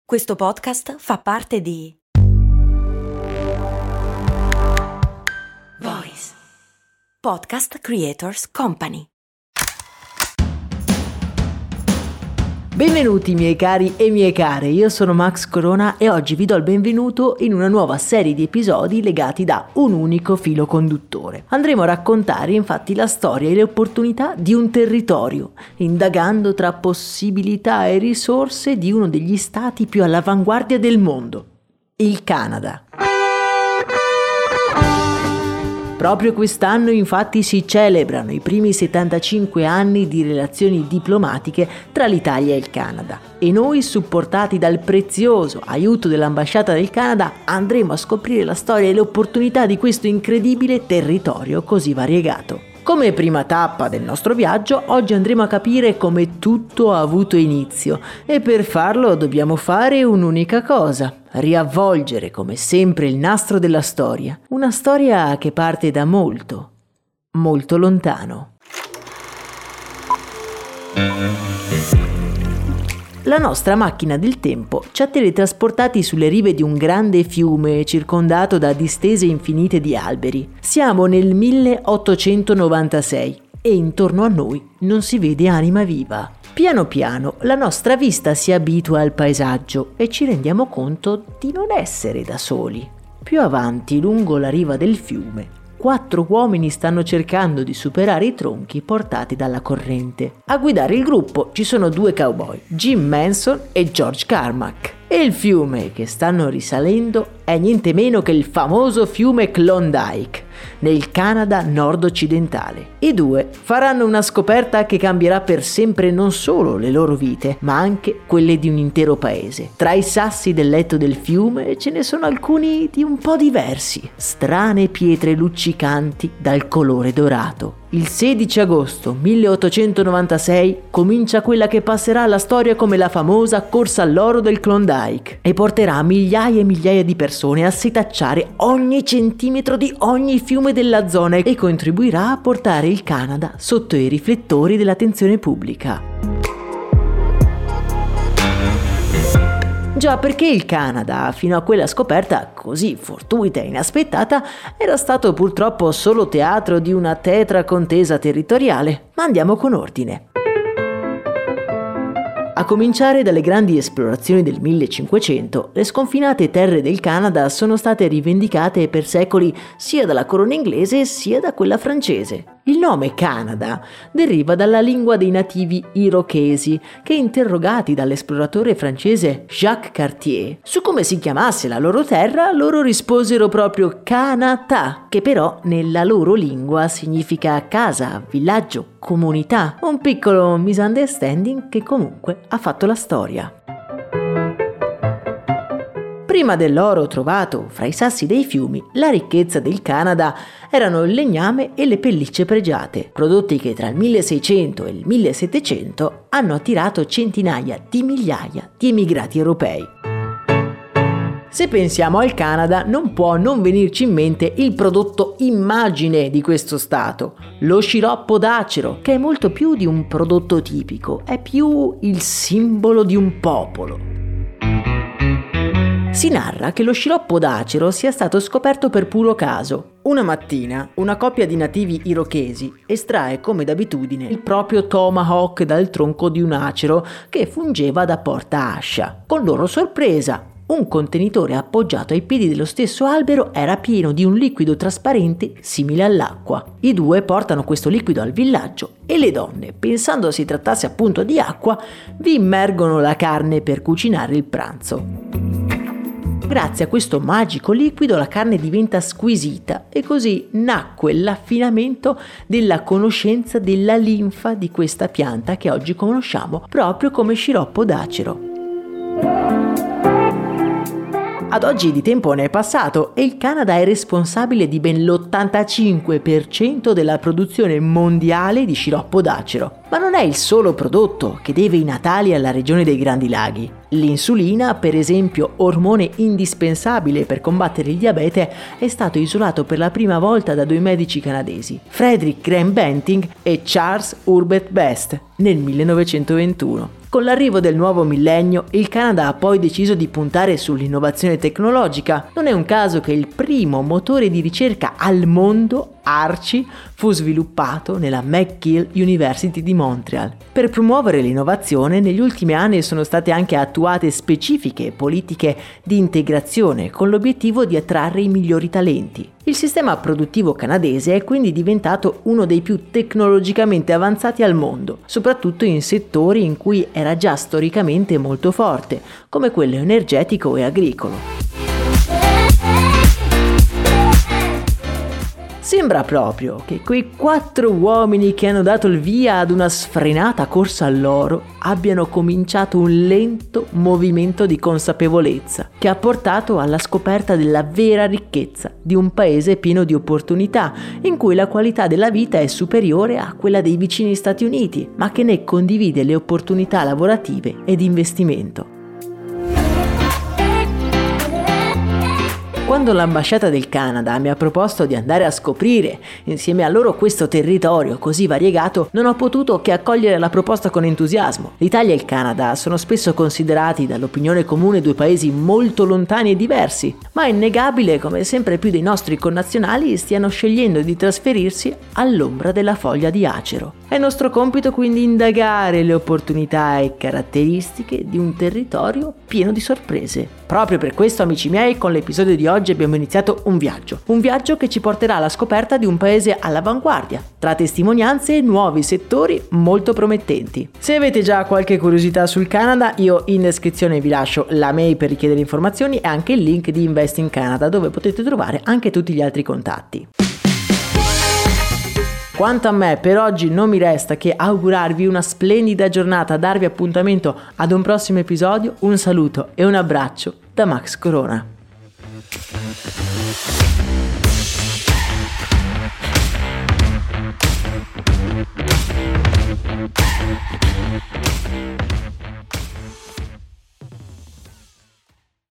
Questo podcast fa parte di Voice Podcast Creators Company. Benvenuti miei cari e mie care, io sono Max Corona e oggi vi do il benvenuto in una nuova serie di episodi legati da un unico filo conduttore. Andremo a raccontare infatti la storia e le opportunità di un territorio, indagando tra possibilità e risorse di uno degli stati più all'avanguardia del mondo, il Canada. Proprio quest'anno infatti si celebrano i primi 75 anni di relazioni diplomatiche tra l'Italia e il Canada e noi, supportati dal prezioso aiuto dell'ambasciata del Canada, andremo a scoprire la storia e le opportunità di questo incredibile territorio così variegato. Come prima tappa del nostro viaggio, oggi andremo a capire come tutto ha avuto inizio e per farlo dobbiamo fare un'unica cosa: riavvolgere come sempre il nastro della storia, una storia che parte da molto, molto lontano. La nostra macchina del tempo ci ha teletrasportati sulle rive di un grande fiume circondato da distese infinite di alberi. Siamo nel 1896 e intorno a noi non si vede anima viva. Piano piano la nostra vista si abitua al paesaggio e ci rendiamo conto di non essere da soli. Più avanti, lungo la riva del fiume, 4 uomini stanno cercando di superare i tronchi portati dalla corrente. A guidare il gruppo ci sono 2 cowboy, Jim Manson e George Carmack. E il fiume che stanno risalendo è niente meno che il famoso fiume Klondike, nel Canada nord-occidentale. I 2 faranno una scoperta che cambierà per sempre non solo le loro vite, ma anche quelle di un intero paese. Tra i sassi del letto del fiume ce ne sono alcuni di un po' diversi, strane pietre luccicanti dal colore dorato. Il 16 agosto 1896 comincia quella che passerà alla storia come la famosa corsa all'oro del Klondike e porterà migliaia e migliaia di persone a setacciare ogni centimetro di ogni fiume della zona e contribuirà a portare il Canada sotto i riflettori dell'attenzione pubblica. Già perché il Canada, fino a quella scoperta così fortuita e inaspettata, era stato purtroppo solo teatro di una tetra contesa territoriale. Ma andiamo con ordine. A cominciare dalle grandi esplorazioni del 1500, le sconfinate terre del Canada sono state rivendicate per secoli sia dalla corona inglese sia da quella francese. Il nome Canada deriva dalla lingua dei nativi irochesi che, interrogati dall'esploratore francese Jacques Cartier su come si chiamasse la loro terra, loro risposero proprio Canada, che però nella loro lingua significa casa, villaggio, comunità. Un piccolo misunderstanding che comunque ha fatto la storia. Prima dell'oro trovato fra i sassi dei fiumi, la ricchezza del Canada erano il legname e le pellicce pregiate, prodotti che tra il 1600 e il 1700 hanno attirato centinaia di migliaia di emigrati europei. Se pensiamo al Canada, non può non venirci in mente il prodotto immagine di questo stato, lo sciroppo d'acero, che è molto più di un prodotto tipico, è più il simbolo di un popolo. Si narra che lo sciroppo d'acero sia stato scoperto per puro caso. Una mattina, una coppia di nativi irochesi estrae come d'abitudine il proprio tomahawk dal tronco di un acero che fungeva da porta-ascia. Con loro sorpresa, un contenitore appoggiato ai piedi dello stesso albero era pieno di un liquido trasparente simile all'acqua. I 2 portano questo liquido al villaggio e le donne, pensando si trattasse appunto di acqua, vi immergono la carne per cucinare il pranzo. Grazie a questo magico liquido la carne diventa squisita e così nacque l'affinamento della conoscenza della linfa di questa pianta che oggi conosciamo proprio come sciroppo d'acero. Ad oggi di tempo ne è passato e il Canada è responsabile di ben l'85% della produzione mondiale di sciroppo d'acero. Ma non è il solo prodotto che deve i natali alla regione dei Grandi Laghi. L'insulina, per esempio, ormone indispensabile per combattere il diabete, è stato isolato per la prima volta da 2 medici canadesi, Frederick Graham Benting e Charles Hubert Best, nel 1921. Con l'arrivo del nuovo millennio, il Canada ha poi deciso di puntare sull'innovazione tecnologica. Non è un caso che il primo motore di ricerca al mondo, Archie, fu sviluppato nella McGill University di Montreal. Per promuovere l'innovazione, negli ultimi anni sono state anche attuate specifiche politiche di integrazione con l'obiettivo di attrarre i migliori talenti. Il sistema produttivo canadese è quindi diventato uno dei più tecnologicamente avanzati al mondo, soprattutto in settori in cui era già storicamente molto forte, come quello energetico e agricolo. Sembra proprio che quei 4 uomini che hanno dato il via ad una sfrenata corsa all'oro abbiano cominciato un lento movimento di consapevolezza che ha portato alla scoperta della vera ricchezza di un paese pieno di opportunità, in cui la qualità della vita è superiore a quella dei vicini Stati Uniti, ma che ne condivide le opportunità lavorative e di investimento. Quando l'ambasciata del Canada mi ha proposto di andare a scoprire insieme a loro questo territorio così variegato, non ho potuto che accogliere la proposta con entusiasmo. L'Italia e il Canada sono spesso considerati dall'opinione comune 2 paesi molto lontani e diversi, ma è innegabile come sempre più dei nostri connazionali stiano scegliendo di trasferirsi all'ombra della foglia di acero. È nostro compito quindi indagare le opportunità e caratteristiche di un territorio pieno di sorprese. Proprio per questo, amici miei, con l'episodio di oggi abbiamo iniziato un viaggio che ci porterà alla scoperta di un paese all'avanguardia, tra testimonianze e nuovi settori molto promettenti. Se avete già qualche curiosità sul Canada, io in descrizione vi lascio la mail per richiedere informazioni e anche il link di Invest in Canada, dove potete trovare anche tutti gli altri contatti. Quanto a me, per oggi non mi resta che augurarvi una splendida giornata, darvi appuntamento ad un prossimo episodio. Un saluto e un abbraccio da Max Corona.